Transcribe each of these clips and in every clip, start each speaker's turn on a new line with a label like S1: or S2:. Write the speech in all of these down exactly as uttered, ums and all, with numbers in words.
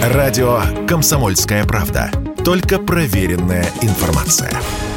S1: Радио «Комсомольская правда». Только проверенная информация.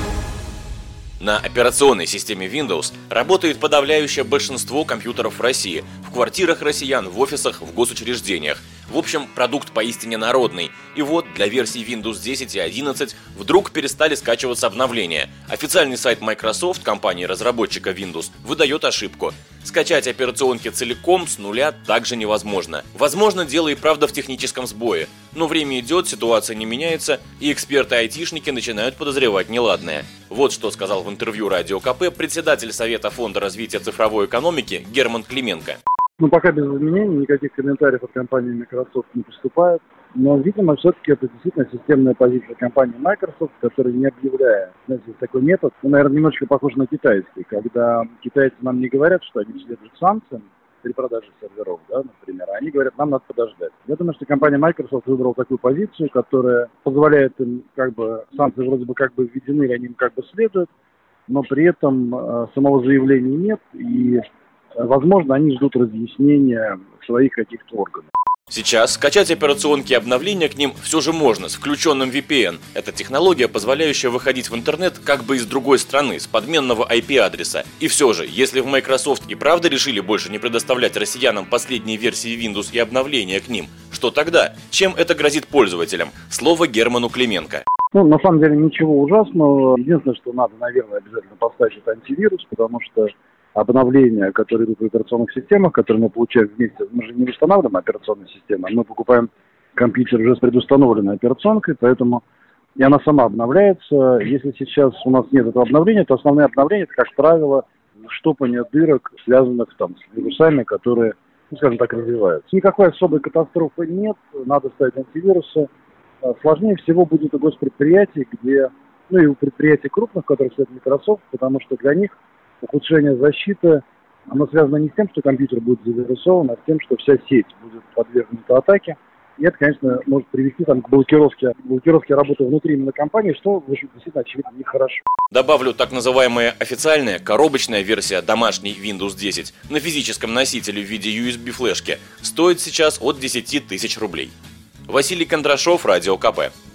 S2: На операционной системе Windows работает подавляющее большинство компьютеров в России, в квартирах россиян, в офисах, в госучреждениях. В общем, продукт поистине народный. И вот для версий Windows десять и одиннадцать вдруг перестали скачиваться обновления. Официальный сайт Microsoft, компании-разработчика Windows, выдает ошибку. Скачать операционки целиком с нуля также невозможно. Возможно, дело и правда в техническом сбое. Но время идет, ситуация не меняется, и эксперты-айтишники начинают подозревать неладное. Вот что сказал в интервью Радио КП председатель Совета фонда развития цифровой экономики Герман Клименко.
S3: Ну, пока без изменений, никаких комментариев от компании Microsoft не поступает. Но, видимо, все-таки это действительно системная позиция компании Microsoft, которая не объявляет, знаете, такой метод, ну, наверное, немножечко похож на китайский, когда китайцы нам не говорят, что они следуют санкциям при продаже серверов, да, например, а они говорят, нам надо подождать. Я думаю, что компания Microsoft выбрала такую позицию, которая позволяет им, как бы, санкции вроде бы как бы введены, они им как бы следуют, но при этом э, самого заявления нет, и, возможно, они ждут разъяснения своих каких-то органов.
S2: Сейчас скачать операционки и обновления к ним все же можно с включенным ви пи эн. Это технология, позволяющая выходить в интернет как бы из другой страны, с подменного ай пи-адреса. И все же, если в Microsoft и правда решили больше не предоставлять россиянам последние версии Windows и обновления к ним, что тогда? Чем это грозит пользователям? Слово Герману Клименко.
S3: Ну, на самом деле ничего ужасного. Единственное, что надо, наверное, обязательно поставить, это антивирус, потому что обновления, которые идут в операционных системах, которые мы получаем вместе, мы же не устанавливаем операционную систему, а мы покупаем компьютер уже с предустановленной операционкой, поэтому и она сама обновляется. Если сейчас у нас нет этого обновления, то основные обновления, это, как правило, штопание дырок, связанных там с вирусами, которые, ну, скажем так, развиваются. Никакой особой катастрофы нет, надо ставить антивирусы. Сложнее всего будет у госпредприятий, где, ну и у предприятий крупных, которые стоят Microsoft, потому что для них ухудшение защиты, оно связано не с тем, что компьютер будет завирусован, а с тем, что вся сеть будет подвергнута атаке. И это, конечно, может привести там, к блокировке, блокировке работы внутри именно компании, что, в общем, действительно, очевидно, нехорошо.
S2: Добавлю, так называемая официальная коробочная версия домашней Windows десять на физическом носителе в виде ю эс би-флешки стоит сейчас от десять тысяч рублей. Василий Кондрашов, Радио КП.